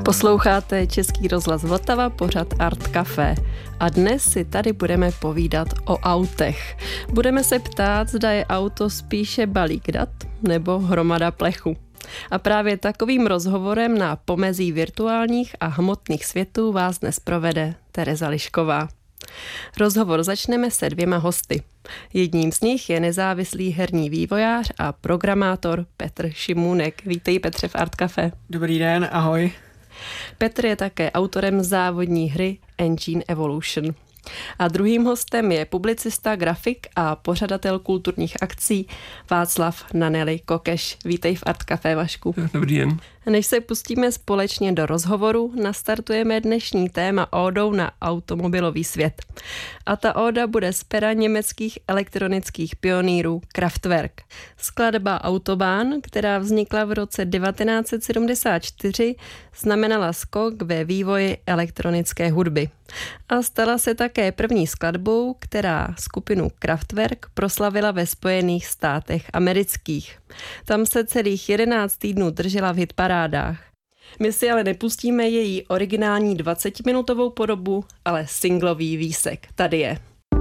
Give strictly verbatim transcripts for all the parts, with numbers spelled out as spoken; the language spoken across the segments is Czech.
Posloucháte Český rozhlas Vltava, pořad Art Café. A dnes si tady budeme povídat o autech. Budeme se ptát, zda je auto spíše balík dat nebo hromada plechu. A právě takovým rozhovorem na pomezí virtuálních a hmotných světů vás dnes provede Tereza Lišková. Rozhovor začneme se dvěma hosty. Jedním z nich je nezávislý herní vývojář a programátor Petr Šimůnek. Vítej, Petře, v Art Café. Dobrý den, ahoj. Petr je také autorem závodní hry Engine Evolution. A druhým hostem je publicista, grafik a pořadatel kulturních akcí Václav Naneli Kokeš. Vítej v Art Café, Vašku. Dobrý den. Než se pustíme společně do rozhovoru, nastartujeme dnešní téma ódou na automobilový svět. A ta óda bude z pera německých elektronických pionýrů Kraftwerk. Skladba Autobahn, která vznikla v roce devatenáct set sedmdesát čtyři, znamenala skok ve vývoji elektronické hudby. A stala se také první skladbou, která skupinu Kraftwerk proslavila ve Spojených státech amerických. Tam se celých jedenáct týdnů držela v hitparádách. My si ale nepustíme její originální dvacetiminutovou podobu, ale singlový výsek. Tady je.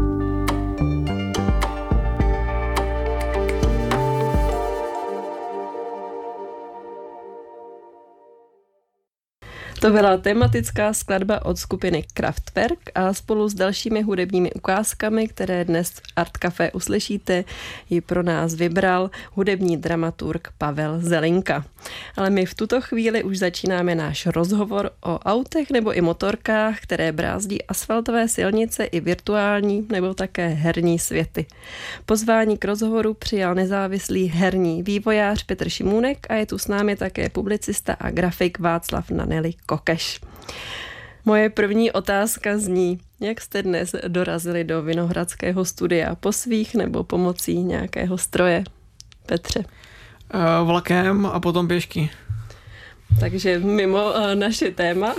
To byla tematická skladba od skupiny Kraftwerk a spolu s dalšími hudebními ukázkami, které dnes v Art Café uslyšíte, ji pro nás vybral hudební dramaturg Pavel Zelinka. Ale my v tuto chvíli už začínáme náš rozhovor o autech nebo i motorkách, které brázdí asfaltové silnice i virtuální nebo také herní světy. Pozvání k rozhovoru přijal nezávislý herní vývojář Petr Šimůnek a je tu s námi také publicista a grafik Václav Naneli Kokeš. Moje první otázka zní, jak jste dnes dorazili do Vinohradského studia, po svých nebo pomocí nějakého stroje? Petře. Uh, vlakem a potom pěšky. Takže mimo uh, naše téma.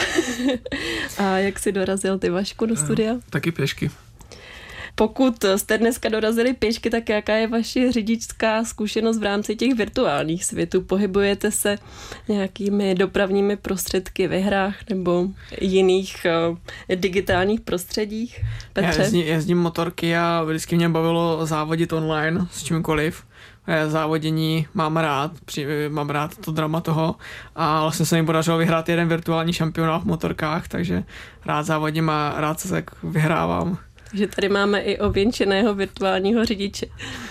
A jak jsi dorazil ty, Vašku, do studia? Uh, taky pěšky. Pokud jste dneska dorazili pěšky, tak jaká je vaše řidičská zkušenost v rámci těch virtuálních světů? Pohybujete se nějakými dopravními prostředky ve hrách nebo jiných uh, digitálních prostředích? Petře? Já jezdím, jezdím motorky a vždycky mě bavilo závodit online s čímkoliv. Závodění mám rád, při, mám rád to drama toho a vlastně se mi podařilo vyhrát jeden virtuální šampionát v motorkách, takže rád závodím a rád se tak vyhrávám. Takže tady máme i ověnčeného virtuálního řidiče.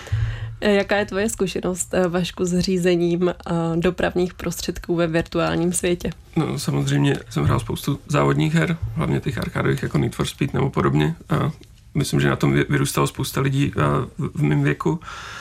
Jaká je tvoje zkušenost, Vašku, s řízením dopravních prostředků ve virtuálním světě? No, samozřejmě jsem hrál spoustu závodních her, hlavně těch arkádových jako Need for Speed nebo podobně. A myslím, že na tom vyrůstalo spousta lidí v mém věku.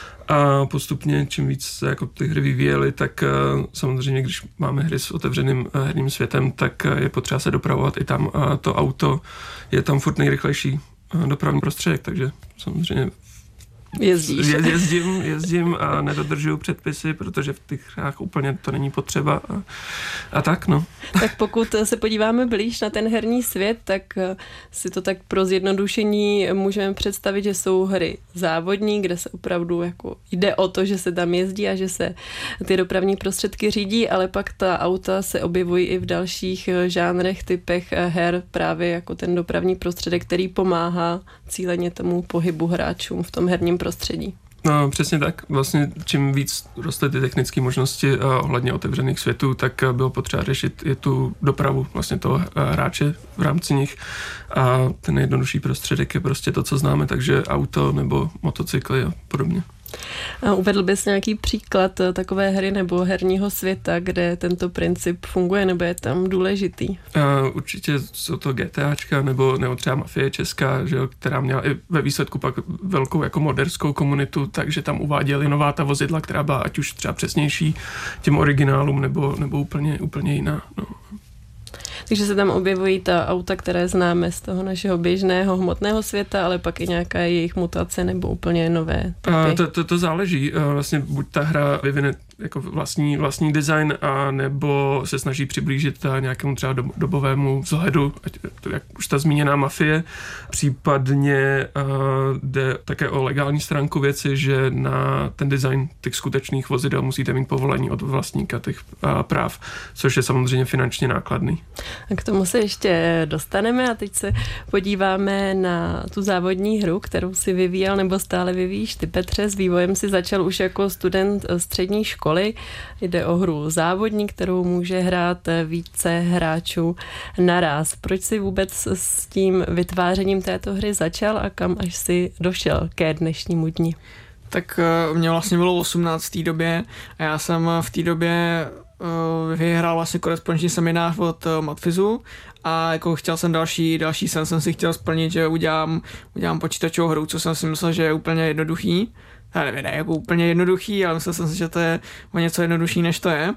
A postupně, čím víc se jako ty hry vyvíjely, tak samozřejmě, když máme hry s otevřeným herním světem, tak je potřeba se dopravovat i tam. A to auto je tam furt nejrychlejší dopravní prostředek, takže samozřejmě Jezdíš. Je, jezdím, jezdím a nedodržuju předpisy, protože v těch hrách úplně to není potřeba a, a tak, no. Tak pokud se podíváme blíž na ten herní svět, tak si to tak pro zjednodušení můžeme představit, že jsou hry závodní, kde se opravdu jako jde o to, že se tam jezdí a že se ty dopravní prostředky řídí, ale pak ta auta se objevují i v dalších žánrech, typech her, právě jako ten dopravní prostředek, který pomáhá cíleně tomu pohybu hráčům v tom herním prostředí. No, přesně tak. Vlastně čím víc rostly ty technické možnosti ohledně otevřených světů, tak bylo potřeba řešit i tu dopravu vlastně toho hráče v rámci nich. A ten nejjednodušší prostředek je prostě to, co známe, takže auto nebo motocykly a podobně. A uvedl bys nějaký příklad takové hry nebo herního světa, kde tento princip funguje nebo je tam důležitý? Uh, určitě jsou to GTAčka nebo, nebo třeba Mafie česká, že jo, která měla i ve výsledku pak velkou jako moderskou komunitu, takže tam uváděli nová ta vozidla, která byla ať už třeba přesnější těm originálům nebo, nebo úplně, úplně jiná. No. Takže se tam objevují ta auta, které známe z toho našeho běžného hmotného světa, ale pak i nějaká jejich mutace nebo úplně nové typy. To, to, to záleží. Vlastně buď ta hra vyvine jako vlastní, vlastní design, a nebo se snaží přiblížit nějakému třeba dobovému vzhledu, ať, jak už ta zmíněná Mafie. Případně uh, jde také o legální stránku věci, že na ten design těch skutečných vozidel musíte mít povolení od vlastníka těch uh, práv, což je samozřejmě finančně nákladný. A k tomu se ještě dostaneme a teď se podíváme na tu závodní hru, kterou si vyvíjel nebo stále vyvíjíš ty, Petře. S vývojem si začal už jako student střední školy. Jde o hru závodní, kterou může hrát více hráčů naraz. Proč si vůbec s tím vytvářením této hry začal a kam až si došel ke dnešnímu dni? Tak mě vlastně bylo osmnáct v té době a já jsem v té době vyhrál vlastně korespondenční seminář od Matfizu a jako chtěl jsem další, další sen jsem si chtěl splnit, že udělám, udělám počítačovou hru, co jsem si myslel, že je úplně jednoduchý. Já nevím, ne jako úplně jednoduchý, ale myslel jsem si, že to je o něco jednodušší, než to je.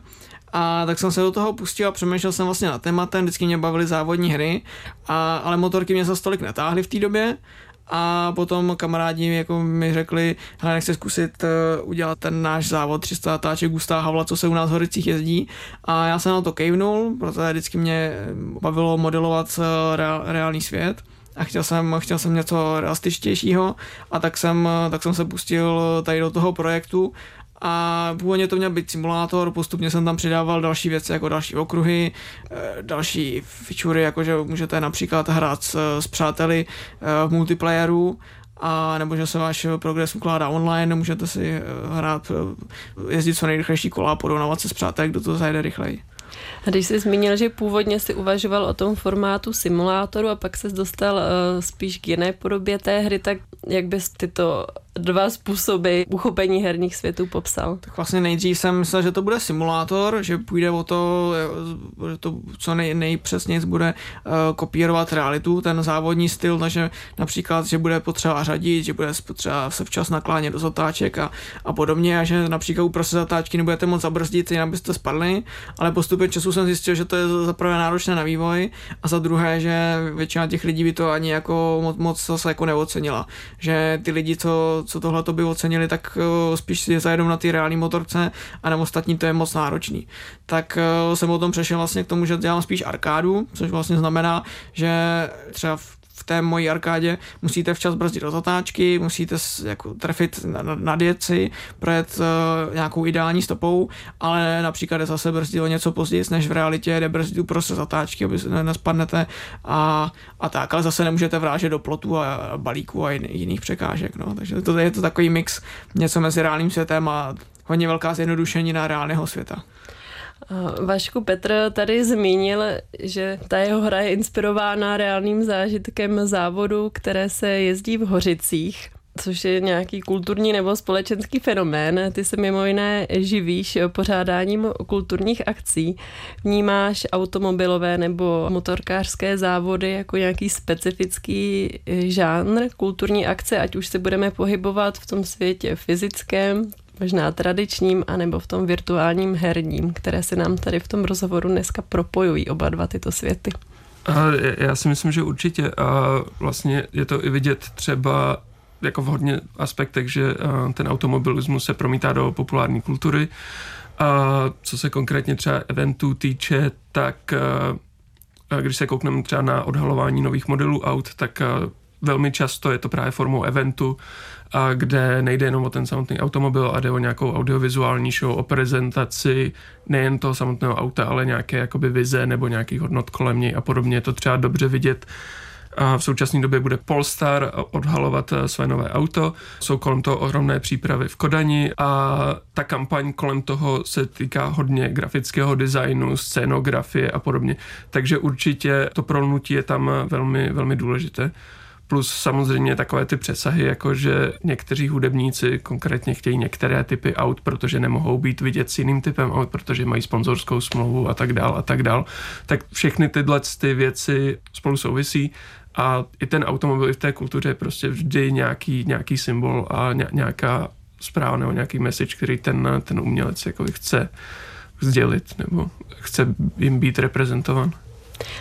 A tak jsem se do toho pustil a přemýšlel jsem vlastně nad tématem, vždycky mě bavily závodní hry, a, ale motorky mě zase tolik netáhly v té době. A potom kamarádi jako mi řekli, hele, nechci zkusit uh, udělat ten náš závod tři sta zatáček Gustav Havla, co se u nás v Horicích jezdí. A já jsem na to kejvnul, protože vždycky mě bavilo modelovat uh, reál, reálný svět. A chtěl jsem, chtěl jsem něco realističtějšího a tak jsem, tak jsem se pustil tady do toho projektu. A původně to měl být simulátor, postupně jsem tam přidával další věci, jako další okruhy, další featurey, jakože můžete například hrát s, s přáteli v multiplayeru, a nebo že se váš progres ukládá online, můžete si hrát, jezdit co nejrychlejší kola a porovnávat se s přáteli, kdo to zajde rychleji. A když jsi zmínil, že původně si uvažoval o tom formátu simulátoru a pak ses dostal uh, spíš k jiné podobě té hry, tak jak bys tyto dva způsoby uchopení herních světů popsal? Tak vlastně nejdřív jsem myslel, že to bude simulátor, že půjde o to, že to co nej, nejpřesněji bude uh, kopírovat realitu, ten závodní styl, takže například, že bude potřeba řadit, že bude potřeba se včas naklánět do zatáček a, a podobně, a že například uprostřed zatáčky nebudete moc zabrzdit, jinak byste spadli, ale postupem času jsem zjistil, že to je za prvé náročné na vývoj a za druhé, že většina těch lidí by to ani jako moc, moc zase jako neocenila. Že ty lidi, co, co tohle to by ocenili, tak uh, spíš si zajedou na ty reální motorce a na ostatní to je moc náročný. Tak uh, jsem o tom přešel vlastně k tomu, že dělám spíš arkádu, což vlastně znamená, že třeba v v té mojí arkádě musíte včas brzdit do zatáčky, musíte jako trefit nadjet si, projet uh, nějakou ideální stopou, ale například je zase brzdit o něco později, než v realitě, jde brzdit uprostřed zatáčky, aby se nespadnete a, a tak, ale zase nemůžete vrážet do plotu a, a balíků a jiných překážek. No. Takže to je to takový mix něco mezi reálným světem a hodně velká zjednodušení na reálného světa. Vašku, Petr tady zmínil, že ta jeho hra je inspirována reálným zážitkem závodu, které se jezdí v Hořicích, což je nějaký kulturní nebo společenský fenomén. Ty se mimo jiné živíš pořádáním kulturních akcí. Vnímáš automobilové nebo motorkářské závody jako nějaký specifický žánr kulturní akce, ať už se budeme pohybovat v tom světě fyzickém, možná tradičním, anebo v tom virtuálním herním, které se nám tady v tom rozhovoru dneska propojují, oba dva tyto světy. A já si myslím, že určitě. A vlastně je to i vidět třeba jako v hodně aspektech, že ten automobilismus se promítá do populární kultury. A co se konkrétně třeba eventů týče, tak když se koukneme třeba na odhalování nových modelů aut, tak velmi často je to právě formou eventu, a kde nejde jenom o ten samotný automobil a jde o nějakou audiovizuální show, o prezentaci nejen toho samotného auta, ale nějaké jakoby vize nebo nějakých hodnot kolem něj a podobně. Je to třeba dobře vidět. A v současné době bude Polestar odhalovat své nové auto. Jsou kolem toho ohromné přípravy v Kodani a ta kampaň kolem toho se týká hodně grafického designu, scénografie a podobně. Takže určitě to prolnutí je tam velmi, velmi důležité. Plus samozřejmě takové ty přesahy, jako že někteří hudebníci konkrétně chtějí některé typy aut, protože nemohou být vidět s jiným typem aut, protože mají sponzorskou smlouvu a tak dál a tak dál. Tak všechny tyhle ty věci spolu souvisí a i ten automobil i v té kultuře je prostě vždy nějaký, nějaký symbol a nějaká zpráva nebo nějaký message, který ten, ten umělec jako chce sdělit nebo chce jim být reprezentovan.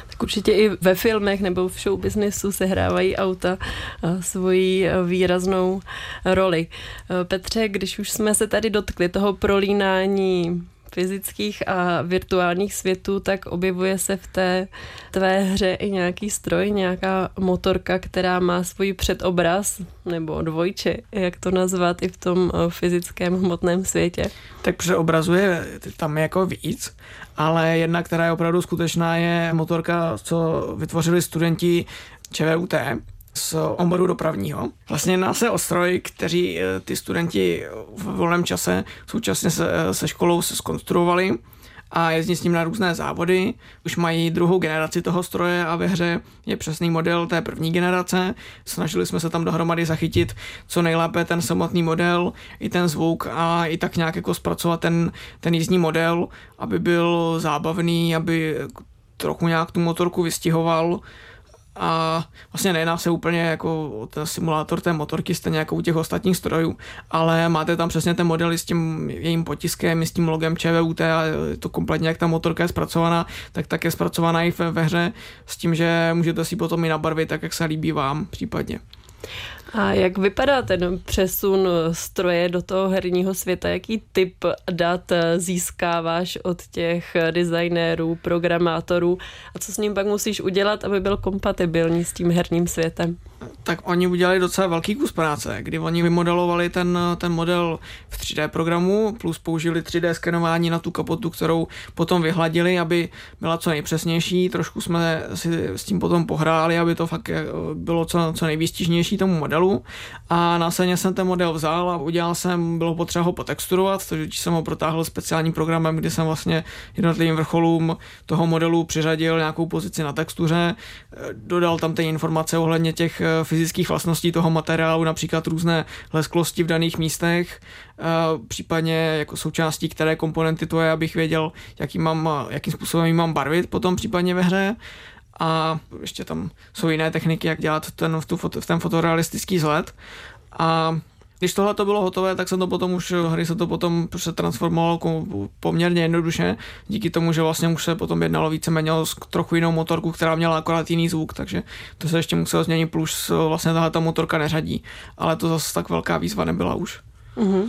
Tak určitě i ve filmech nebo v showbiznesu sehrávají auta svoji výraznou roli. Petře, když už jsme se tady dotkli toho prolínání fyzických a virtuálních světů, tak objevuje se v té tvé hře i nějaký stroj, nějaká motorka, která má svůj předobraz, nebo dvojče, jak to nazvat, i v tom fyzickém hmotném světě. Tak předobrazuje tam jako víc, ale jedna, která je opravdu skutečná, je motorka, co vytvořili studenti ČVUT z oboru dopravního. Vlastně jedná se o stroj, kteří ty studenti v volném čase současně se, se školou se zkonstruovali a jezdí s ním na různé závody. Už mají druhou generaci toho stroje a ve hře je přesný model té první generace. Snažili jsme se tam dohromady zachytit co nejlépe ten samotný model, i ten zvuk a i tak nějak jako zpracovat ten, ten jízdní model, aby byl zábavný, aby trochu nějak tu motorku vystihoval. A vlastně nejedná se úplně jako o ten simulátor té motorky, stejně jako u těch ostatních strojů, ale máte tam přesně ten model s tím jejím potiskem, s tím logem ČVUT a to kompletně, jak ta motorka je zpracovaná, tak tak je zpracovaná i ve, ve hře s tím, že můžete si potom i nabarvit tak, jak se líbí vám případně. A jak vypadá ten přesun stroje do toho herního světa? Jaký typ dat získáváš od těch designérů, programátorů a co s ním pak musíš udělat, aby byl kompatibilní s tím herním světem? Tak oni udělali docela velký kus práce, kdy oni vymodelovali ten, ten model v tři dé programu, plus použili tři dé skenování na tu kapotu, kterou potom vyhladili, aby byla co nejpřesnější. Trošku jsme si s tím potom pohráli, aby to fakt bylo co, co nejvýstižnější tomu modelu. A následně jsem ten model vzal a udělal jsem, bylo potřeba ho potexturovat, takže jsem ho protáhl speciálním programem, kdy jsem vlastně jednotlivým vrcholům toho modelu přiřadil nějakou pozici na textuře, dodal tam ty informace ohledně těch fyzických vlastností toho materiálu, například různé lesklosti v daných místech, případně jako součástí, které komponenty to je, abych věděl, jaký mám, jakým způsobem ji mám barvit potom případně ve hře. A ještě tam jsou jiné techniky, jak dělat ten, tu, ten fotorealistický vzhled. A když tohle to bylo hotové, tak se to potom už, hry se to potom přetransformovalo poměrně jednoduše, díky tomu, že vlastně už se potom jednalo víceméně o trochu jinou motorku, která měla akorát jiný zvuk, takže to se ještě muselo změnit, plus vlastně tahle ta motorka neřadí, ale to zase tak velká výzva nebyla už. Mm-hmm.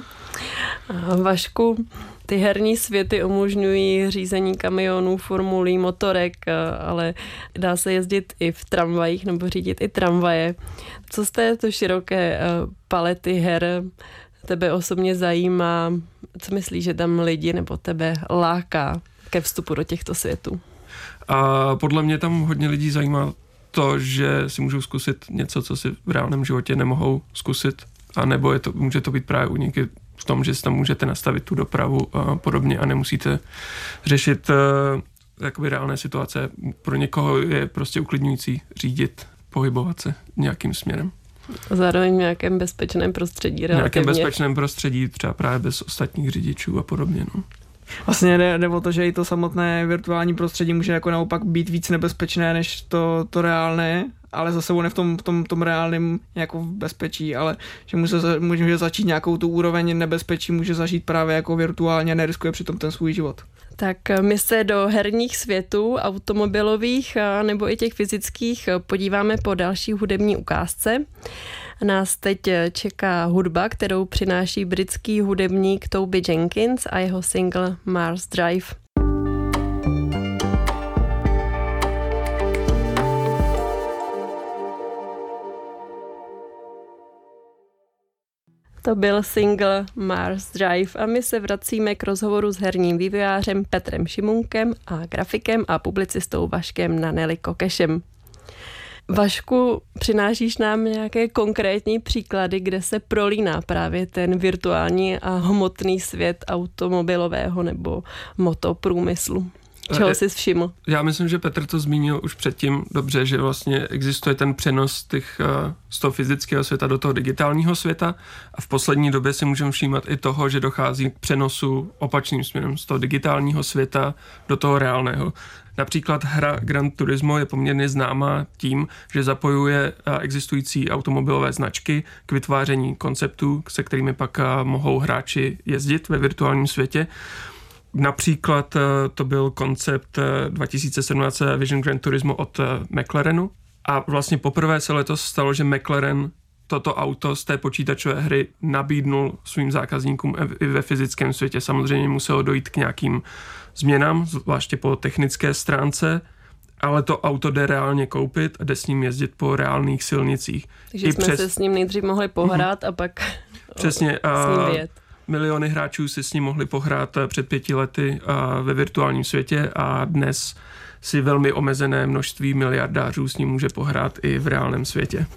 Vašku, ty herní světy umožňují řízení kamionů, formulí, motorek, ale dá se jezdit i v tramvajích nebo řídit i tramvaje. Co z této široké palety her tebe osobně zajímá? Co myslíš, že tam lidi nebo tebe láká ke vstupu do těchto světů? A podle mě tam hodně lidí zajímá to, že si můžou zkusit něco, co si v reálném životě nemohou zkusit, a nebo je to, může to být právě úniky v tom, že si tam můžete nastavit tu dopravu a podobně a nemusíte řešit uh, jakoby reálné situace. Pro někoho je prostě uklidňující řídit, pohybovat se nějakým směrem. Zároveň v nějakém bezpečném prostředí relativně. V nějakém bezpečném prostředí, třeba právě bez ostatních řidičů a podobně. No. Vlastně jde, jde o to, že i to samotné virtuální prostředí může jako naopak být víc nebezpečné než to, to reálné, ale zase on je v tom, v tom, tom reálném jako v bezpečí, ale že může, může začít nějakou tu úroveň nebezpečí, může zažít právě jako virtuálně a neriskuje přitom ten svůj život. Tak my se do herních světů, automobilových nebo i těch fyzických podíváme po další hudební ukázce. Nás teď čeká hudba, kterou přináší britský hudebník Toby Jenkins a jeho single Mars Drive. To byl single Mars Drive a my se vracíme k rozhovoru s herním vývojářem Petrem Šimunkem a grafikem a publicistou Vaškem Naneli Kokešem. Vašku, přinášíš nám nějaké konkrétní příklady, kde se prolíná právě ten virtuální a hmotný svět automobilového nebo motoprůmyslu? Čeho jsi všiml? Já myslím, že Petr to zmínil už předtím dobře, že vlastně existuje ten přenos těch, z toho fyzického světa do toho digitálního světa a v poslední době si můžeme všímat i toho, že dochází k přenosu opačným směrem z toho digitálního světa do toho reálného. Například hra Gran Turismo je poměrně známá tím, že zapojuje existující automobilové značky k vytváření konceptů, se kterými pak mohou hráči jezdit ve virtuálním světě. Například to byl koncept dva tisíce sedmnáct Vision Gran Turismo od McLarenu a vlastně poprvé se letos stalo, že McLaren toto auto z té počítačové hry nabídnul svým zákazníkům i ve fyzickém světě. Samozřejmě muselo dojít k nějakým změnám, zvláště po technické stránce, ale to auto jde reálně koupit a jde s ním jezdit po reálných silnicích. Takže I jsme přes... se s ním nejdřív mohli pohrát mm-hmm. a pak Přesně, s ním vyjet. Miliony hráčů si s ním mohli pohrát před pěti lety ve virtuálním světě a dnes si velmi omezené množství miliardářů s ním může pohrát i v reálném světě.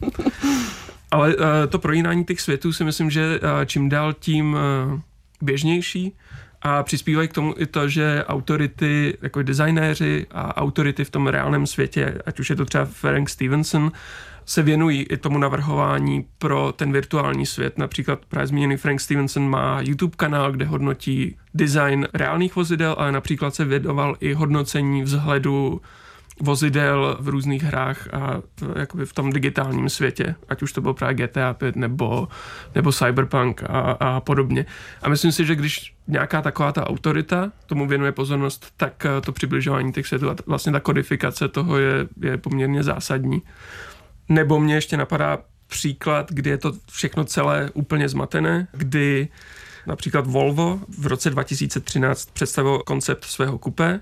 Ale to prolínání těch světů si myslím, že čím dál tím běžnější a přispívají k tomu i to, že autority, jako designéři a autority v tom reálném světě, ať už je to třeba Frank Stevenson, se věnují i tomu navrhování pro ten virtuální svět. Například právě zmíněný Frank Stevenson má YouTube kanál, kde hodnotí design reálných vozidel, ale například se věnoval i hodnocení vzhledu vozidel v různých hrách a v, jakoby v tom digitálním světě, ať už to bylo právě G T A pět nebo, nebo Cyberpunk a, a podobně. A myslím si, že když nějaká taková ta autorita tomu věnuje pozornost, tak to přibližování těch světů a vlastně ta kodifikace toho je, je poměrně zásadní. Nebo mě ještě napadá příklad, kdy je to všechno celé úplně zmatené, kdy například Volvo v roce dva tisíce třináct představil koncept svého kupé,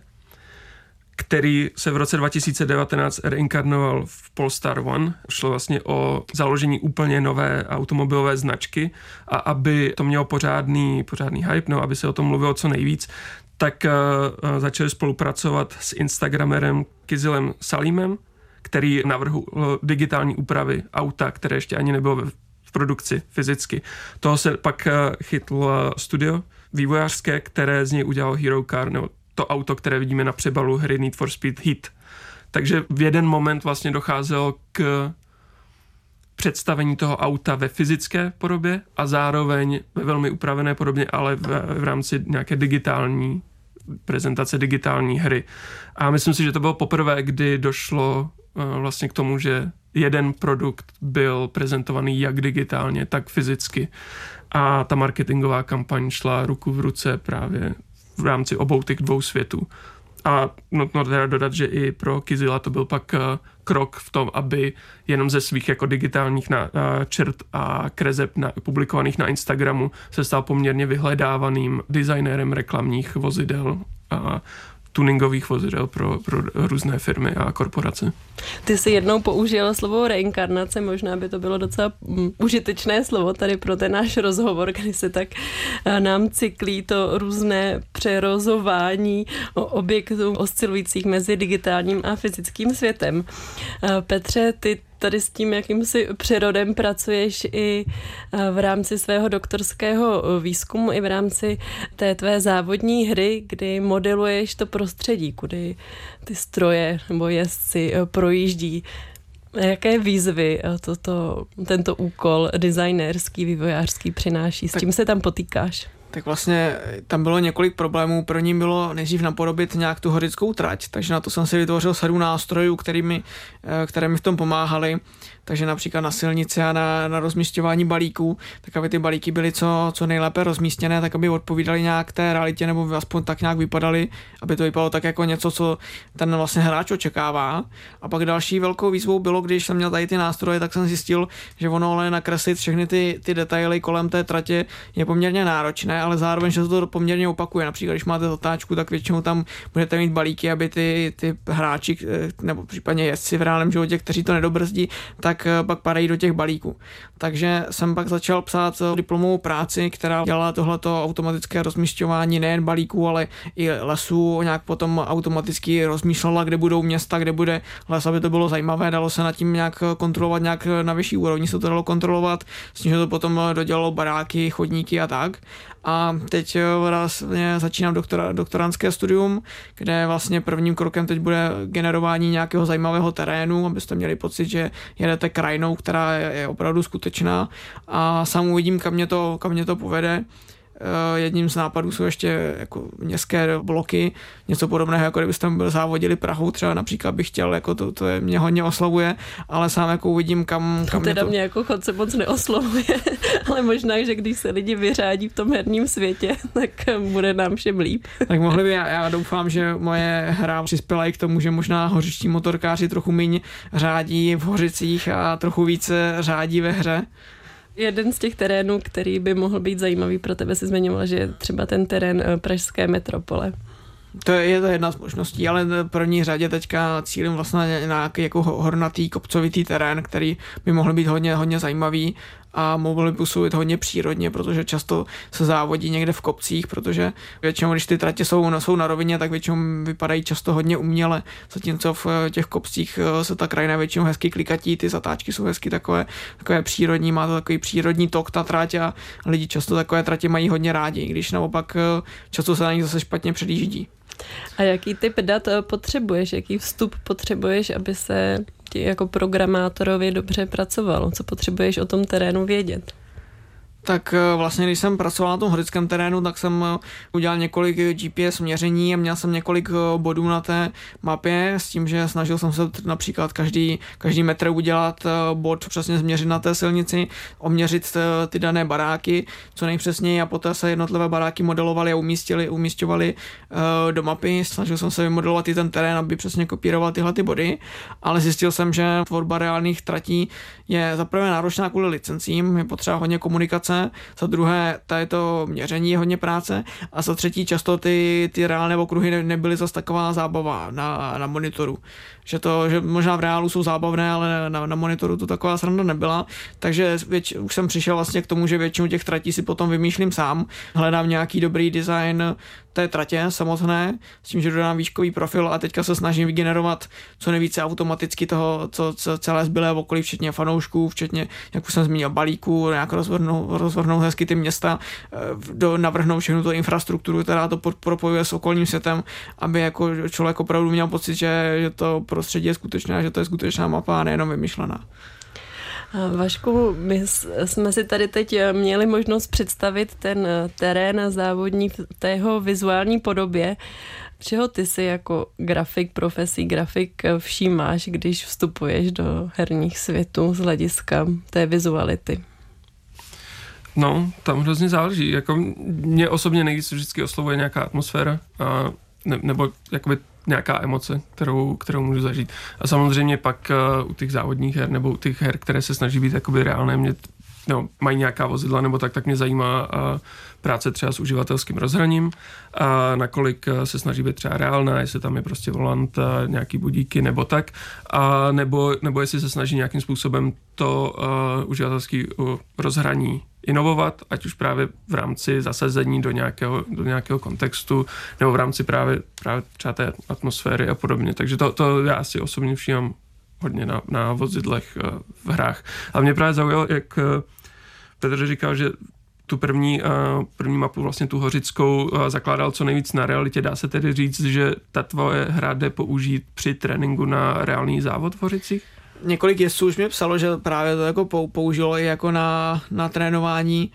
který se v roce dva tisíce devatenáct reinkarnoval v Polestar One. Šlo vlastně o založení úplně nové automobilové značky a aby to mělo pořádný, pořádný hype, no, aby se o tom mluvilo co nejvíc, tak uh, začali spolupracovat s instagramerem Kizilem Salimem, který navrhl digitální úpravy auta, které ještě ani nebylo v produkci fyzicky. Toho se pak chytl studio vývojářské, které z něj udělalo Hero Car, nebo to auto, které vidíme na přebalu hry Need for Speed Heat. Takže v jeden moment vlastně docházelo k představení toho auta ve fyzické podobě a zároveň ve velmi upravené podobě, ale v, v rámci nějaké digitální prezentace digitální hry. A myslím si, že to bylo poprvé, kdy došlo vlastně k tomu, že jeden produkt byl prezentovaný jak digitálně, tak fyzicky. A ta marketingová kampaň šla ruku v ruce právě v rámci obou těch dvou světů. A nutno teda dodat, že i pro Kizila to byl pak krok v tom, aby jenom ze svých jako digitálních na, čert a kreseb na, publikovaných na Instagramu se stal poměrně vyhledávaným designérem reklamních vozidel a tuningových vozidel pro, pro různé firmy a korporace. Ty jsi jednou použil slovo reinkarnace, možná by to bylo docela um, užitečné slovo tady pro ten náš rozhovor, kdy se tak uh, nám cyklí to různé přerozování objektů oscilujících mezi digitálním a fyzickým světem. Uh, Petře, ty tady s tím jakýmsi přerodem pracuješ i v rámci svého doktorského výzkumu, i v rámci té tvé závodní hry, kdy modeluješ to prostředí, kudy ty stroje nebo jezdci projíždí. Jaké výzvy toto, tento úkol designérský, vývojářský přináší? S čím se tam potýkáš? Tak vlastně tam bylo několik problémů. První bylo nejdřív napodobit nějak tu horickou trať, takže na to jsem si vytvořil sedm nástrojů, kterými, které mi v tom pomáhaly. Takže například na silnici a na, na rozmísťování balíků, tak aby ty balíky byly co, co nejlépe rozmístěné, tak aby odpovídaly nějak té realitě, nebo aspoň tak nějak vypadaly, aby to vypadalo tak jako něco, co ten vlastně hráč očekává. A pak další velkou výzvou bylo, když jsem měl tady ty nástroje, tak jsem zjistil, že ono ale nakreslit všechny ty, ty detaily kolem té tratě je poměrně náročné, ale zároveň, že se to poměrně opakuje. Například, když máte zatáčku, tak většinou tam budete mít balíky, aby ty, ty hráči, nebo případně jezdci v reálném životě, kteří to nedobrzdí, tak pak padají do těch balíků. Takže jsem pak začal psát diplomovou práci, která dělala tohleto automatické rozmísťování nejen balíků, ale i lesů. Nějak potom automaticky rozmýšlela, kde budou města, kde bude les, aby to bylo zajímavé. Dalo se nad tím nějak kontrolovat, nějak na vyšší úrovni se to dalo kontrolovat, s tím, že to potom dodělalo baráky, chodníky a tak. A teď vlastně začínám doktora, doktorantské studium, kde vlastně prvním krokem teď bude generování nějakého zajímavého terénu, abyste měli pocit, že jedete krajinou, která je opravdu skutečná, a sám uvidím, kam mě to, kam mě to povede. Jedním z nápadů jsou ještě jako městské bloky, něco podobného, jako kdybyste byl závodili Prahou, třeba například bych chtěl, jako to, to je, mě hodně oslovuje, ale sám jako uvidím, kam, kam to teda mě to... mě jako chodce moc neoslovuje, ale možná, že když se lidi vyřádí v tom herním světě, tak bude nám všem líp. Tak mohli by, já, já doufám, že moje hra přispěla i k tomu, že možná hořičtí motorkáři trochu míň řádí v Hořicích a trochu více řádí ve hře. Jeden z těch terénů, který by mohl být zajímavý pro tebe, si zmiňoval, že je třeba ten terén pražské metropole. To je, je to jedna z možností, ale v první řadě teďka cílím vlastně na nějaký jako hornatý, kopcovitý terén, který by mohl být hodně, hodně zajímavý a mohl by působit hodně přírodně, protože často se závodí někde v kopcích, protože většinou, když ty tratě jsou, jsou na rovině, tak většinou vypadají často hodně uměle, zatímco v těch kopcích se ta krajina většinou hezky klikatí, ty zatáčky jsou hezky takové, takové přírodní, má to takový přírodní tok ta trať a lidi často takové tratě mají hodně rádi, když naopak často se na nich zase špatně předjíždí. A jaký typ dat potřebuješ, jaký vstup potřebuješ, aby se ti jako programátorovi dobře pracovalo? Co potřebuješ o tom terénu vědět? Tak vlastně, když jsem pracoval na tom horickém terénu, tak jsem udělal několik G P S měření a měl jsem několik bodů na té mapě s tím, že snažil jsem se například každý, každý metr udělat bod přesně změřit na té silnici, oměřit ty dané baráky co nejpřesněji a poté se jednotlivé baráky modelovaly a umístili, umísťovali do mapy. Snažil jsem se vymodelovat i ten terén, aby přesně kopíroval tyhle ty body, ale zjistil jsem, že tvorba reálných tratí je zaprvé náročná kvůli licencím, je potřeba hodně komunikace, za druhé, tady to měření je hodně práce a za třetí často ty, ty reálné okruhy ne, nebyly zase taková zábava na, na monitoru. Že to, že možná v reálu jsou zábavné, ale na, na monitoru to taková sranda nebyla, takže věč, už jsem přišel vlastně k tomu, že většinu těch tratí si potom vymýšlím sám, hledám nějaký dobrý design té tratě samotné, s tím, že dodám výškový profil a teďka se snažím vygenerovat co nejvíce automaticky toho, co, co celé zbylé okolí, včetně fanoušků, včetně, jak už jsem zmínil, balíků, nějak rozvrhnout, rozvrhnout hezky ty města, do, navrhnout všechnu tu infrastrukturu, která to propojuje s okolním světem, aby jako člověk opravdu měl pocit, že, že to prostředí je skutečné, že to je skutečná mapa a nejenom vymyšlená. Vašku, my jsme si tady teď měli možnost představit ten terén závodní v té jeho vizuální podobě. Čeho ty si jako grafik, profesí grafik všímáš, když vstupuješ do herních světů z hlediska té vizuality? No, tam hrozně záleží. Jako mě osobně nejvíc vždycky oslovuje nějaká atmosféra a ne, nebo jakoby nějaká emoce, kterou, kterou můžu zažít. A samozřejmě pak uh, u těch závodních her nebo u těch her, které se snaží být jakoby reálné, mě, no, mají nějaká vozidla nebo tak, tak mě zajímá uh, práce třeba s uživatelským rozhraním a nakolik uh, se snaží být třeba reálná, jestli tam je prostě volant, uh, nějaký budíky nebo tak, a nebo, nebo jestli se snaží nějakým způsobem to uh, uživatelský uh, rozhraní inovovat, ať už právě v rámci zasazení do nějakého, do nějakého kontextu, nebo v rámci právě, právě třeba té atmosféry a podobně. Takže to, to já si osobně všímám hodně na, na vozidlech uh, v hrách. A mě právě zaujalo, jak uh, Petr říkal, že tu první, uh, první mapu, vlastně tu hořickou, uh, zakládal co nejvíc na realitě. Dá se tedy říct, že ta tvoje hra jde použít při tréninku na reálný závod v Hořicích? Několik jezdců už mě psalo, že právě to jako použilo i jako na, na trénování,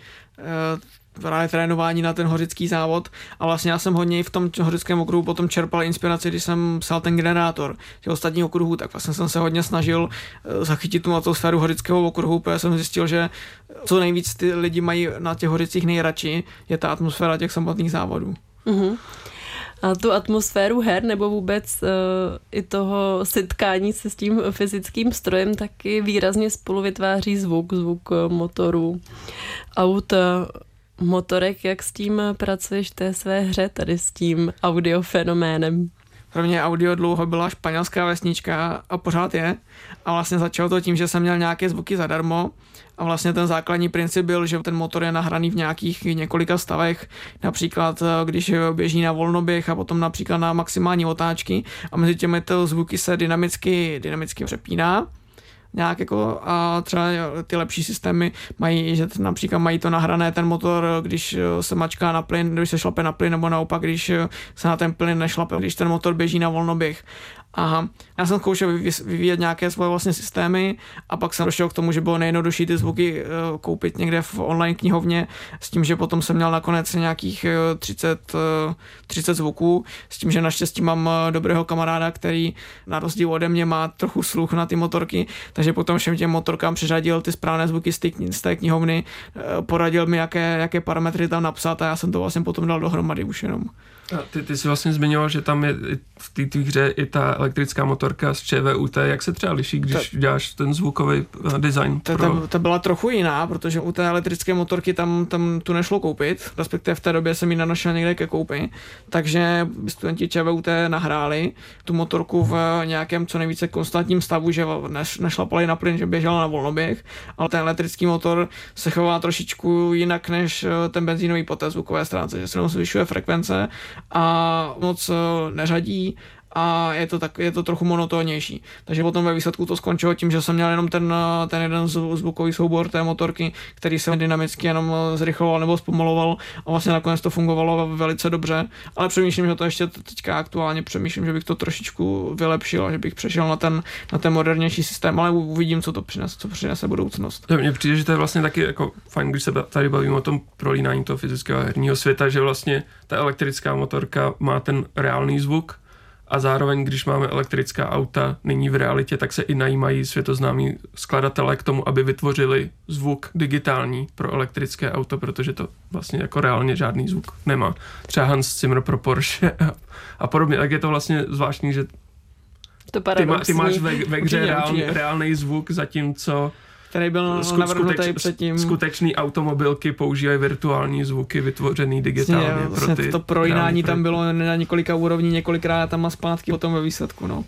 právě trénování na ten hořický závod a vlastně já jsem hodně i v tom hořickém okruhu potom čerpal inspiraci, když jsem psal ten generátor těch ostatních okruhů, tak vlastně jsem se hodně snažil zachytit tu atmosféru hořického okruhu, protože jsem zjistil, že co nejvíc ty lidi mají na těch hořicích nejradši, je ta atmosféra těch samotných závodů. Mm-hmm. A tu atmosféru her nebo vůbec uh, i toho setkání se s tím fyzickým strojem taky výrazně spolu vytváří zvuk, zvuk motorů, aut, motorek. Jak s tím pracuješ v té své hře, tady s tím audiofenoménem? Pro mě audio dlouho byla španělská vesnička a pořád je. A vlastně začalo to tím, že jsem měl nějaké zvuky zadarmo. A vlastně ten základní princip byl, že ten motor je nahraný v nějakých několika stavech, například když běží na volnoběh a potom například na maximální otáčky a mezi těmito zvuky se dynamicky, dynamicky přepíná. Nějak jako a třeba ty lepší systémy mají, že například mají to nahrané ten motor, když se mačká na plyn, když se šlape na plyn, nebo naopak, když se na ten plyn nešlape, když ten motor běží na volnoběh. A já jsem zkoušel vyvíjet nějaké svoje vlastně systémy a pak jsem došel k tomu, že bylo nejjednodušší ty zvuky koupit někde v online knihovně s tím, že potom jsem měl nakonec nějakých třicet, třicet zvuků, s tím, že naštěstí mám dobrého kamaráda, který na rozdíl ode mě má trochu sluch na ty motorky, takže potom všem těm motorkám přiřadil ty správné zvuky z té, z té knihovny, poradil mi, jaké, jaké parametry tam napsat a já jsem to vlastně potom dal dohromady už jenom. A ty, ty jsi vlastně zmiňoval, že tam je v té tvý hře i ta elektrická motorka z ČVUT. Jak se třeba liší, když to, děláš ten zvukový design? To, pro... to, to byla trochu jiná, protože u té elektrické motorky tam, tam tu nešlo koupit, respektive v té době jsem ji nenošel někde ke koupi, takže studenti ČVUT nahráli tu motorku v nějakém co nejvíce konstantním stavu, že neš, nešlapali na plyn, že běžela na volnoběh, ale ten elektrický motor se chová trošičku jinak než ten benzínový po té zvukové stránce, že se nám zvyšuje frekvence a moc neřadí a je to, tak, je to trochu monotónnější. Takže potom ve výsledku to skončilo tím, že jsem měl jenom ten, ten jeden zvukový soubor té motorky, který se dynamicky jenom zrychloval nebo zpomaloval a vlastně nakonec to fungovalo velice dobře, ale přemýšlím, že to ještě teďka aktuálně přemýšlím, že bych to trošičku vylepšil, že bych přešel na ten, na ten modernější systém, ale uvidím, co to přinese, co přinese budoucnost. Mně přijde, že to je vlastně taky jako fajn, když se tady bavíme o tom prolínání toho fyzického herního světa, že vlastně ta elektrická motorka má ten reálný zvuk, a zároveň, když máme elektrická auta nyní v realitě, tak se i najímají světoznámí skladatelé k tomu, aby vytvořili zvuk digitální pro elektrické auto, protože to vlastně jako reálně žádný zvuk nemá. Třeba Hans Zimmer pro Porsche a, a podobně. Tak je to vlastně zvláštní, že to ty, má, ty máš ve, ve hře reálný, reálný zvuk, zatímco který byl navrhnutý předtím. Skutečný automobilky používají virtuální zvuky vytvořený digitálně. Je, vlastně pro ty to prolínání tam bylo na několika úrovní, několikrát tam a zpátky potom ve výsledku. No.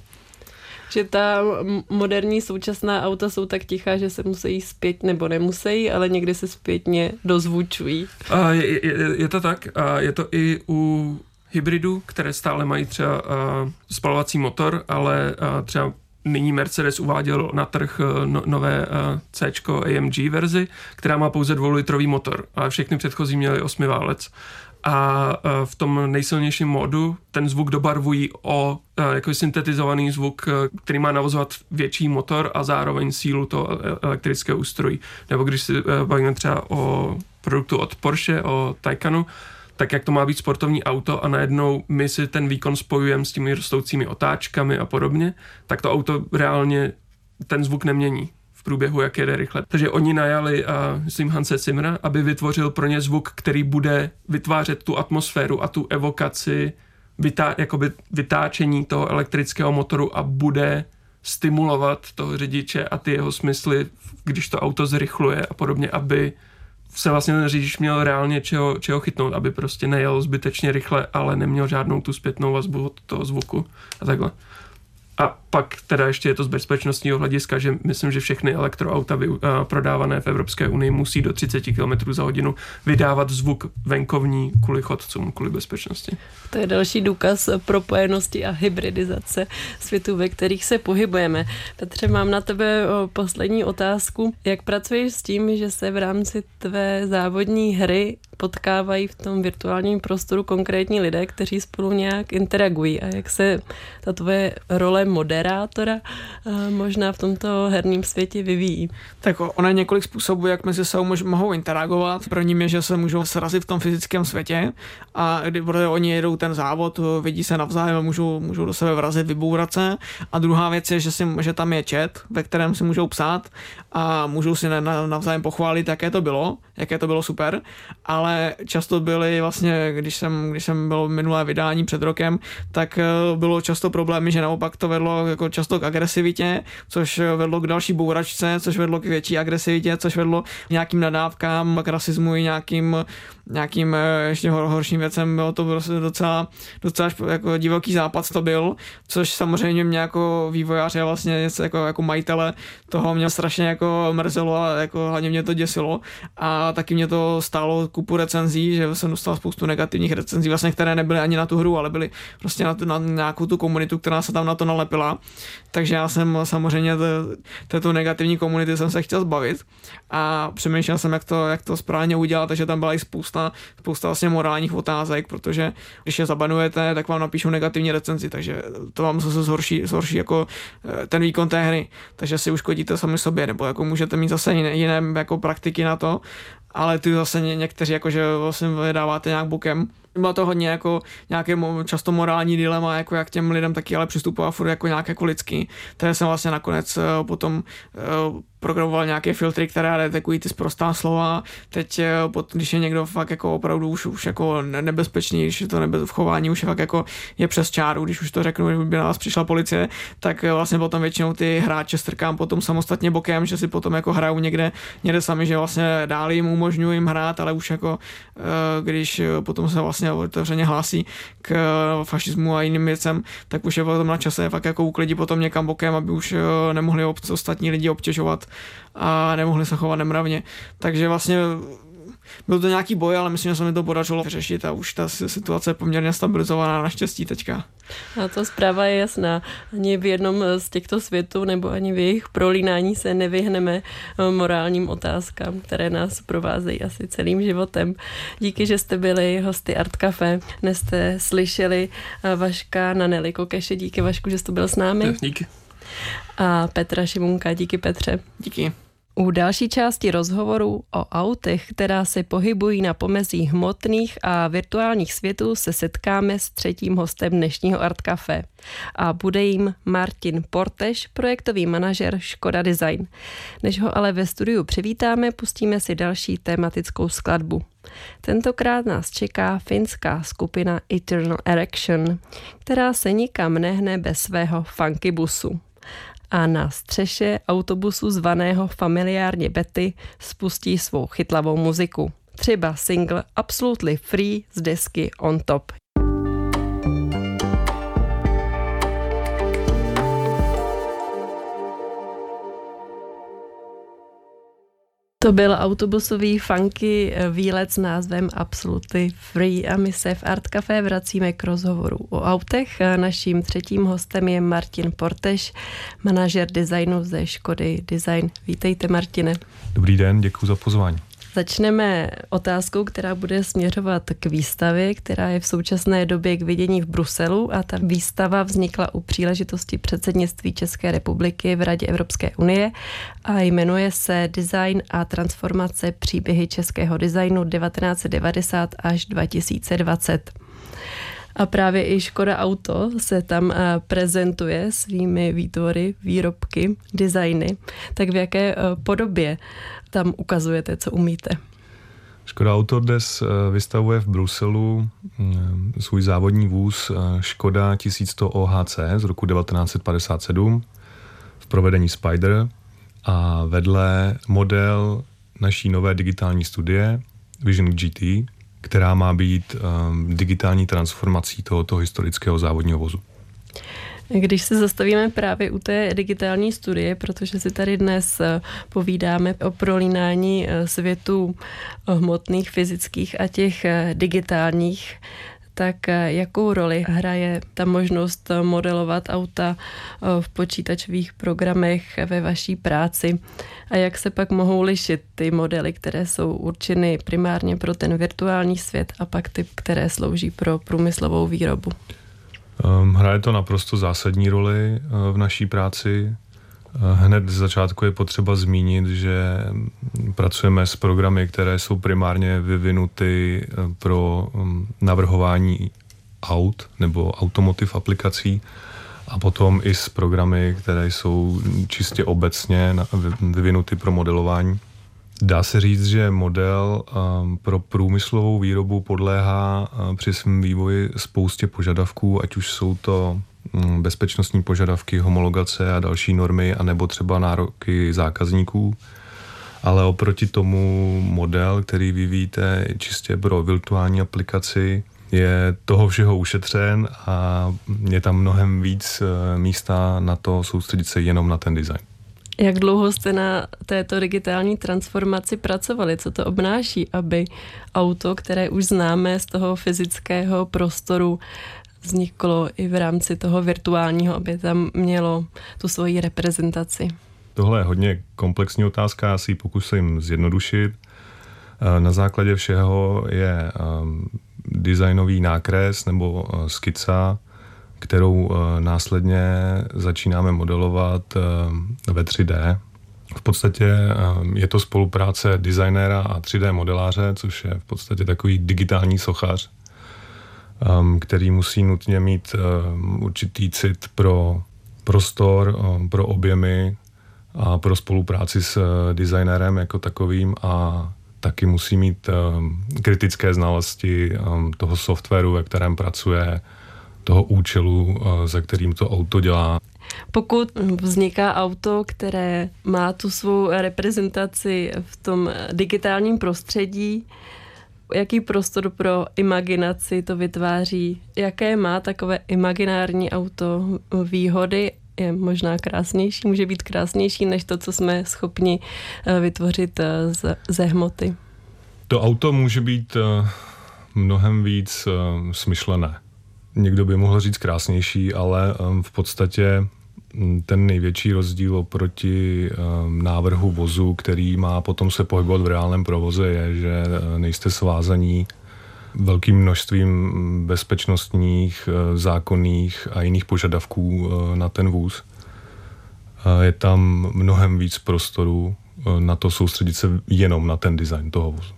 Že ta moderní současná auta jsou tak tichá, že se musí zpět, nebo nemusí, ale někdy se zpětně dozvučují. A je, je, je to tak. A je to i u hybridů, které stále mají třeba uh, spalovací motor, ale uh, třeba nyní Mercedes uváděl na trh no, nové uh, C-čko A M G verzi, která má pouze dvoulitrový motor, ale všechny předchozí měly osmiválec. A uh, v tom nejsilnějším módu ten zvuk dobarvují o uh, jako syntetizovaný zvuk, uh, který má navozovat větší motor a zároveň sílu toho elektrického ústrojí. Nebo když si uh, bavíme třeba o produktu od Porsche, o Taycanu, tak jak to má být sportovní auto a najednou my si ten výkon spojujeme s těmi rostoucími otáčkami a podobně, tak to auto reálně ten zvuk nemění v průběhu, jak jede rychle. Takže oni najali, a myslím, Hanse Zimmera, aby vytvořil pro ně zvuk, který bude vytvářet tu atmosféru a tu evokaci vytá, jakoby vytáčení toho elektrického motoru a bude stimulovat toho řidiče a ty jeho smysly, když to auto zrychluje a podobně, aby se vlastně ten řidič měl reálně čeho, čeho chytnout, aby prostě nejel zbytečně rychle, ale neměl žádnou tu zpětnou vazbu od toho zvuku a takhle. A pak teda ještě je to z bezpečnostního hlediska, že myslím, že všechny elektroauta vy, uh, prodávané v Evropské unii musí do třicet kilometrů za hodinu vydávat zvuk venkovní kvůli chodcům, kvůli bezpečnosti. To je další důkaz propojenosti a hybridizace světů, ve kterých se pohybujeme. Petře, mám na tebe poslední otázku. Jak pracuješ s tím, že se v rámci tvé závodní hry potkávají v tom virtuálním prostoru konkrétní lidé, kteří spolu nějak interagují a jak se ta tvoje role moderátora možná v tomto herním světě vyvíjí? Tak ono je několik způsobů, jak mezi sebou mohou interagovat. Prvním je, že se můžou srazit v tom fyzickém světě a kdy oni jedou ten závod, vidí se navzájem a můžou, můžou do sebe vrazit, vybourat se. A druhá věc je, že, si, že tam je chat, ve kterém si můžou psát a můžou si navzájem pochválit, jaké to bylo, jaké to bylo super, ale často byly vlastně, když jsem, když jsem byl minulé vydání před rokem, tak bylo často problémy, že naopak to vedlo jako často k agresivitě, což vedlo k další bouračce, což vedlo k větší agresivitě, což vedlo k nějakým nadávkám, k rasismu i nějakým, nějakým ještě hor, horším věcem. Bylo to prostě docela, docela jako divoký západ to byl, což samozřejmě mě jako vývojáře a vlastně jako, jako majitele toho mě strašně jako mrzelo a jako hlavně mě to děsilo a taky mě to stálo kupu typu recenzí, že jsem dostal spoustu negativních recenzí, vlastně, které nebyly ani na tu hru, ale byly prostě na, tu, na nějakou tu komunitu, která se tam na to nalepila. Takže já jsem samozřejmě této negativní komunity jsem se chtěl zbavit a přemýšlel jsem, jak to, jak to správně udělat, takže tam byla i spousta, spousta vlastně morálních otázek, protože když je zabanujete, tak vám napíšou negativní recenzi, takže to vám zase zhorší, zhorší jako ten výkon té hry, takže si uškodíte sami sobě, nebo jako můžete mít zase jiné, jiné jako praktiky na to, ale ty zase ně, někteří jakože vlastně vydáváte nějak bokem. Bylo to hodně jako nějaké často morální dilema, jako jak těm lidem taky ale přistupovat furt jako nějak jako lidský. Takže jsem vlastně nakonec uh, potom uh, programoval nějaké filtry, které detekují ty sprostá slova. Teď, uh, pot, když je někdo fakt jako opravdu už, už jako nebezpečný, když je to nebe, v chování už je fakt jako je přes čáru, když už to řeknu, že by na vás přišla policie, tak uh, vlastně potom většinou ty hráče strkám potom samostatně bokem, že si potom jako hrajou někde, někde sami, že vlastně dál jim umožňuji jim hrát, ale už jako uh, když uh, potom se vlastně otevřeně hlásí k fašismu a jiným věcem, tak už je potom na čase fakt jako uklidí potom někam bokem, aby už nemohli ostatní lidi obtěžovat a nemohli se chovat nemravně. Takže vlastně byl to nějaký boj, ale myslím, že se mi to podařilo vyřešit a už ta situace je poměrně stabilizovaná naštěstí teďka. A to zpráva je jasná. Ani v jednom z těchto světů nebo ani v jejich prolínání se nevyhneme morálním otázkám, které nás provázejí asi celým životem. Díky, že jste byli hosty Art Café. Dnes jste slyšeli Vaška na Nelly Kokeše. Díky, Vašku, že jste byl s námi. Díky. A Petra Šimunka. Díky, Petře. Díky. U další části rozhovoru o autech, která se pohybují na pomezí hmotných a virtuálních světů, se setkáme s třetím hostem dnešního Art Café. A bude jim Martin Porteš, projektový manažer Škoda Design. Než ho ale ve studiu přivítáme, pustíme si další tematickou skladbu. Tentokrát nás čeká finská skupina Eternal Erection, která se nikam nehne bez svého funky busu. A na střeše autobusu zvaného familiárně Betty spustí svou chytlavou muziku. Třeba single Absolutely Free z desky On Top. To byl autobusový funky výlet s názvem Absolutely Free a my se v Art Café vracíme k rozhovoru o autech. Naším třetím hostem je Martin Porteš, manažer designu ze Škody Design. Vítejte, Martine. Dobrý den, děkuji za pozvání. Začneme otázkou, která bude směřovat k výstavě, která je v současné době k vidění v Bruselu a ta výstava vznikla u příležitosti předsednictví České republiky v Radě Evropské unie a jmenuje se Design a transformace příběhy českého designu devatenáct set devadesát až dva tisíce dvacet. A právě i Škoda Auto se tam prezentuje svými výtvory, výrobky, designy. Tak v jaké podobě tam ukazujete, co umíte? Škoda Auto dnes vystavuje v Bruselu svůj závodní vůz Škoda tisíc sto O H C z roku devatenáct set padesát sedm v provedení Spider a vedle model naší nové digitální studie Vision G T, která má být um, digitální transformací tohoto historického závodního vozu. Když se zastavíme právě u té digitální studie, protože si tady dnes povídáme o prolínání světů hmotných, fyzických a těch digitálních, tak jakou roli hraje ta možnost modelovat auta v počítačových programech ve vaší práci a jak se pak mohou lišit ty modely, které jsou určeny primárně pro ten virtuální svět a pak ty, které slouží pro průmyslovou výrobu? Hraje to naprosto zásadní roli v naší práci. Hned z začátku je potřeba zmínit, že pracujeme s programy, které jsou primárně vyvinuty pro navrhování aut nebo automotiv aplikací a potom i s programy, které jsou čistě obecně vyvinuty pro modelování. Dá se říct, že model pro průmyslovou výrobu podléhá při svém vývoji spoustě požadavků, ať už jsou to bezpečnostní požadavky, homologace a další normy, anebo třeba nároky zákazníků. Ale oproti tomu model, který vyvíjíte čistě pro virtuální aplikaci, je toho všeho ušetřen a je tam mnohem víc místa na to soustředit se jenom na ten design. Jak dlouho jste na této digitální transformaci pracovali? Co to obnáší, aby auto, které už známe z toho fyzického prostoru, vzniklo i v rámci toho virtuálního, aby tam mělo tu svoji reprezentaci? Tohle je hodně komplexní otázka, já si ji pokusím zjednodušit. Na základě všeho je designový nákres nebo skica, kterou následně začínáme modelovat ve tři dé. V podstatě je to spolupráce designéra a tři dé modeláře, což je v podstatě takový digitální sochař, který musí nutně mít určitý cit pro prostor, pro objemy a pro spolupráci s designérem jako takovým a taky musí mít kritické znalosti toho softwaru, ve kterém pracuje, toho účelu, za kterým to auto dělá. Pokud vzniká auto, které má tu svou reprezentaci v tom digitálním prostředí, jaký prostor pro imaginaci to vytváří? Jaké má takové imaginární auto výhody? Je možná krásnější, může být krásnější než to, co jsme schopni vytvořit z, ze hmoty. To auto může být mnohem víc smyšlené. Někdo by mohl říct krásnější, ale v podstatě ten největší rozdíl oproti návrhu vozu, který má potom se pohybovat v reálném provoze, je, že nejste svázaní velkým množstvím bezpečnostních, zákonných a jiných požadavků na ten vůz. Je tam mnohem víc prostoru na to soustředit se jenom na ten design toho vozu.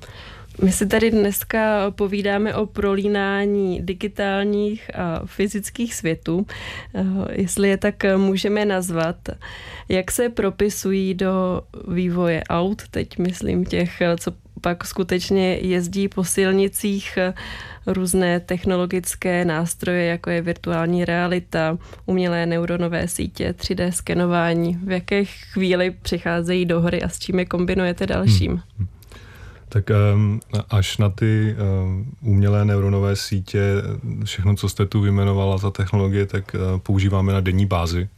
My si tady dneska povídáme o prolínání digitálních a fyzických světů. Jestli je tak můžeme nazvat, jak se propisují do vývoje aut, teď myslím těch, co pak skutečně jezdí po silnicích, různé technologické nástroje, jako je virtuální realita, umělé neuronové sítě, tři dé skenování. V jaké chvíli přicházejí do hry a s čím je kombinujete dalším? Hmm. Tak až na ty umělé neuronové sítě, všechno, co jste tu vyjmenovala za technologie, tak používáme na denní bázi.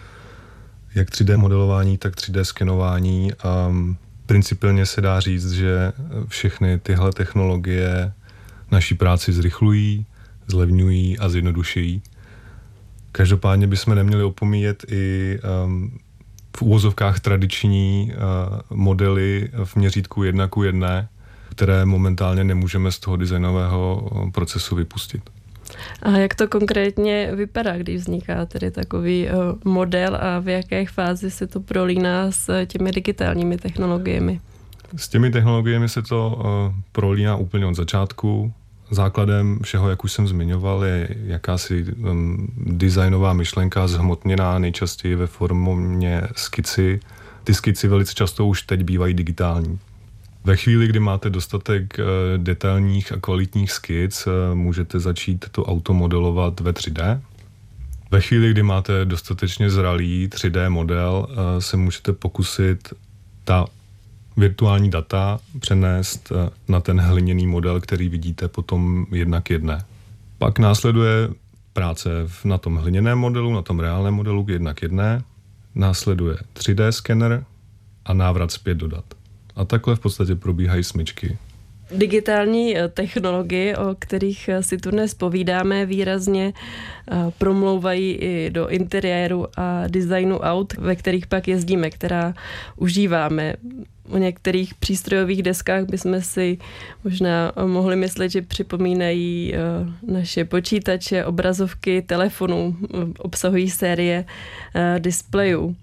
Jak tři dé modelování, tak tři dé skenování. A principiálně se dá říct, že všechny tyhle technologie naší práci zrychlují, zlevňují a zjednodušují. Každopádně bychom neměli opomíjet i v úvozovkách tradiční uh, modely v měřítku jedna ku jedné, které momentálně nemůžeme z toho designového procesu vypustit. A jak to konkrétně vypadá, když vzniká tedy takový uh, model a v jaké fázi se to prolíná s těmi digitálními technologiemi? S těmi technologiemi se to uh, prolíná úplně od začátku. Základem všeho, jak už jsem zmiňoval, je jakási um, designová myšlenka zhmotněná nejčastěji ve formě skici. Ty skici velice často už teď bývají digitální. Ve chvíli, kdy máte dostatek uh, detailních a kvalitních skic, uh, můžete začít to auto modelovat ve tři dé. Ve chvíli, kdy máte dostatečně zralý tři dé model, uh, se můžete pokusit ta virtuální data přenést na ten hliněný model, který vidíte potom jedna k jedné. Pak následuje práce na tom hliněném modelu, na tom reálném modelu jedna k jedné, následuje tři dé skener a návrat zpět do dat. A takhle v podstatě probíhají smyčky. Digitální technologie, o kterých si tu dnes povídáme, výrazně promlouvají i do interiéru a designu aut, ve kterých pak jezdíme, která užíváme. O některých přístrojových deskách bychom si možná mohli myslet, že připomínají naše počítače, obrazovky, telefonů, obsahují série displejů.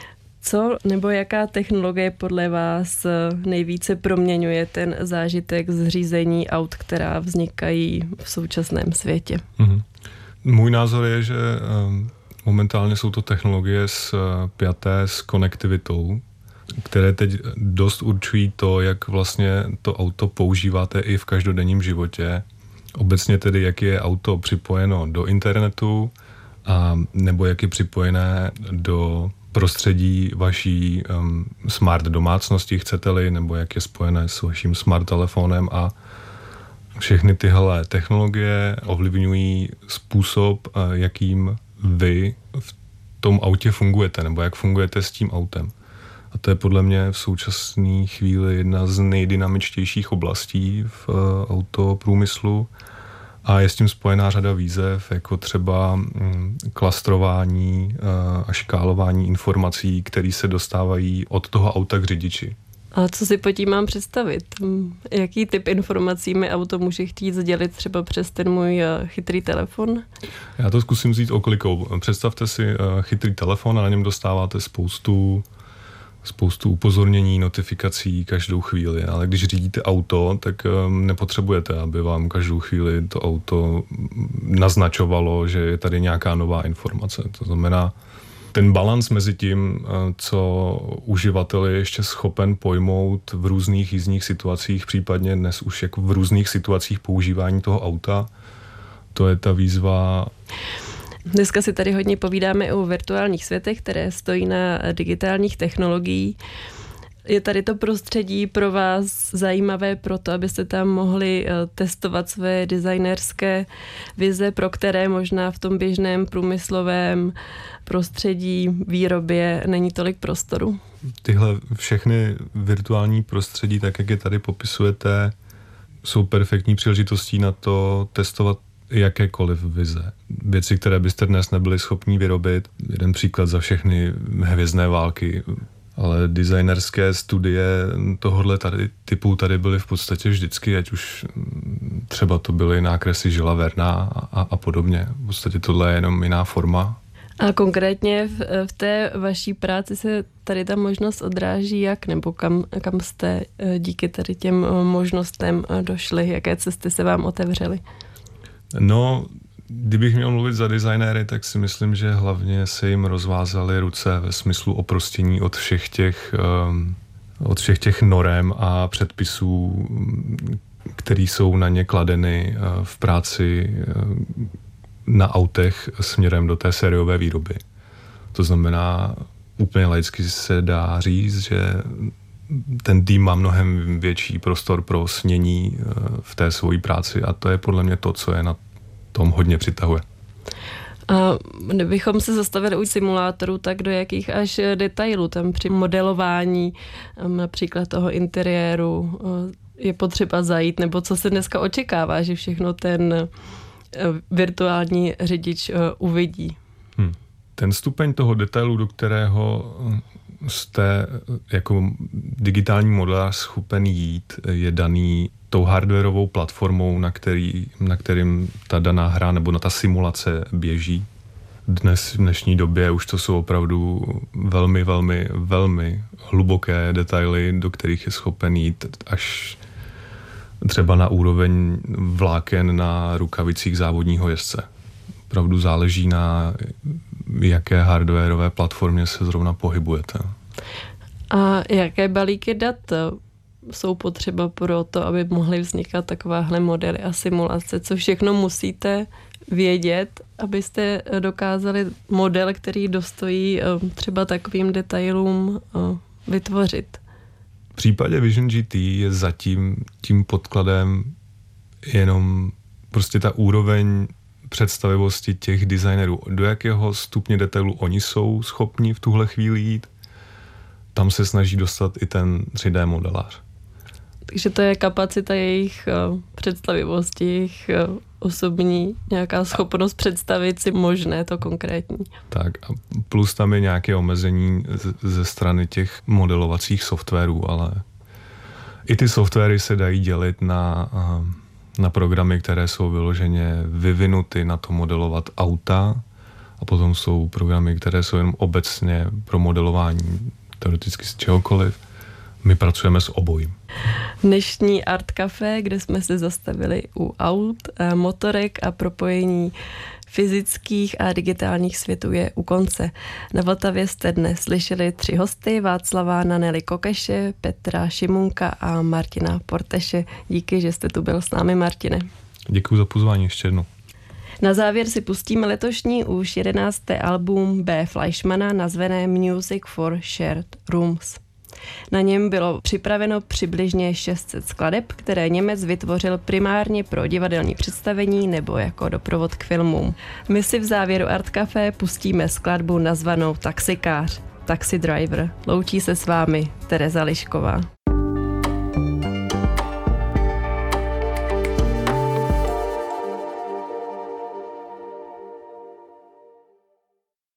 Co nebo jaká technologie podle vás nejvíce proměňuje ten zážitek z řízení aut, která vznikají v současném světě? Mm-hmm. Můj názor je, že momentálně jsou to technologie spjaté s konektivitou, které teď dost určují to, jak vlastně to auto používáte i v každodenním životě. Obecně tedy, jak je auto připojeno do internetu, a nebo jak je připojené do prostředí vaší um, smart domácnosti, chcete-li, nebo jak je spojené s vaším smart telefonem, a všechny tyhle technologie ovlivňují způsob, jakým vy v tom autě fungujete, nebo jak fungujete s tím autem. A to je podle mě v současné chvíli jedna z nejdynamičtějších oblastí v uh, autoprůmyslu a je s tím spojená řada výzev, jako třeba um, klastrování uh, a škálování informací, které se dostávají od toho auta k řidiči. A co si pod tím mám představit? Jaký typ informací mi auto může chtít sdělit třeba přes ten můj chytrý telefon? Já to zkusím vzít oklikou. Představte si chytrý telefon a na něm dostáváte spoustu, spoustu upozornění, notifikací každou chvíli. Ale když řídíte auto, tak nepotřebujete, aby vám každou chvíli to auto naznačovalo, že je tady nějaká nová informace. To znamená, ten balans mezi tím, co uživatel je ještě schopen pojmout v různých jízdních situacích, případně dnes už jako v různých situacích používání toho auta, to je ta výzva. Dneska si tady hodně povídáme o virtuálních světech, které stojí na digitálních technologiích. Je tady to prostředí pro vás zajímavé proto, abyste tam mohli testovat své designerské vize, pro které možná v tom běžném průmyslovém prostředí, výrobě není tolik prostoru? Tyhle všechny virtuální prostředí, tak jak je tady popisujete, jsou perfektní příležitostí na to testovat jakékoliv vize. Věci, které byste dnes nebyli schopni vyrobit. Jeden příklad za všechny hvězdné války. Ale designerské studie tohohle tady, typu tady byly v podstatě vždycky, ať už třeba to byly nákresy Žila Verna a, a podobně. V podstatě tohle je jenom jiná forma. A konkrétně v, v té vaší práci se tady ta možnost odráží jak, nebo kam, kam jste díky tady těm možnostem došli, jaké cesty se vám otevřely? No, kdybych měl mluvit za designéry, tak si myslím, že hlavně se jim rozvázaly ruce ve smyslu oprostění od všech těch, um, od všech těch norem a předpisů, které jsou na ně kladeny uh, v práci uh, na autech směrem do té sériové výroby. To znamená, úplně laicky se dá říct, že ten tým má mnohem větší prostor pro snění uh, v té svojí práci a to je podle mě to, co je na tom hodně přitahuje. A kdybychom se zastavili u simulátoru, tak do jakých až detailů tam při modelování například toho interiéru je potřeba zajít, nebo co se dneska očekává, že všechno ten virtuální řidič uvidí? Hmm. Ten stupeň toho detailu, do kterého jste jako digitální modelář schopen jít, je daný tou hardwarovou platformou, na, který, na kterým ta daná hra nebo na ta simulace běží. Dnes v dnešní době už to jsou opravdu velmi, velmi, velmi hluboké detaily, do kterých je schopen jít až třeba na úroveň vláken na rukavicích závodního jezdce. Opravdu záleží na jaké hardwarové platformě se zrovna pohybujete. A jaké balíky dat jsou potřeba pro to, aby mohly vznikat takováhle modely a simulace? Co všechno musíte vědět, abyste dokázali model, který dostojí třeba takovým detailům, vytvořit? V případě Vision G T je zatím tím podkladem jenom prostě ta úroveň představivosti těch designerů. Do jakého stupně detailu oni jsou schopni v tuhle chvíli jít, tam se snaží dostat i ten tři dé modelář. Takže to je kapacita jejich uh, představivosti, jejich uh, osobní nějaká schopnost představit si možné to konkrétní. Tak a plus tam je nějaké omezení z, ze strany těch modelovacích softwarů, ale i ty softwary se dají dělit na, uh, na programy, které jsou vyloženě vyvinuty na to modelovat auta a potom jsou programy, které jsou jenom obecně pro modelování teoreticky z čehokoliv. My pracujeme s obojím. Dnešní Art Café, kde jsme se zastavili u aut, motorek a propojení fyzických a digitálních světů, je u konce. Na Vltavě jste dnes slyšeli tři hosty: Václava Nanely Kokeše, Petra Šimunka a Martina Porteše. Díky, že jste tu byl s námi, Martine. Děkuji za pozvání ještě jednou. Na závěr si pustíme letošní už jedenácté album B. Fleischmana nazvané Music for Shared Rooms. Na něm bylo připraveno přibližně šest set skladeb, které Němec vytvořil primárně pro divadelní představení nebo jako doprovod k filmům. My si v závěru Art Café pustíme skladbu nazvanou Taxikář, Taxi Driver. Loučí se s vámi Tereza Lišková.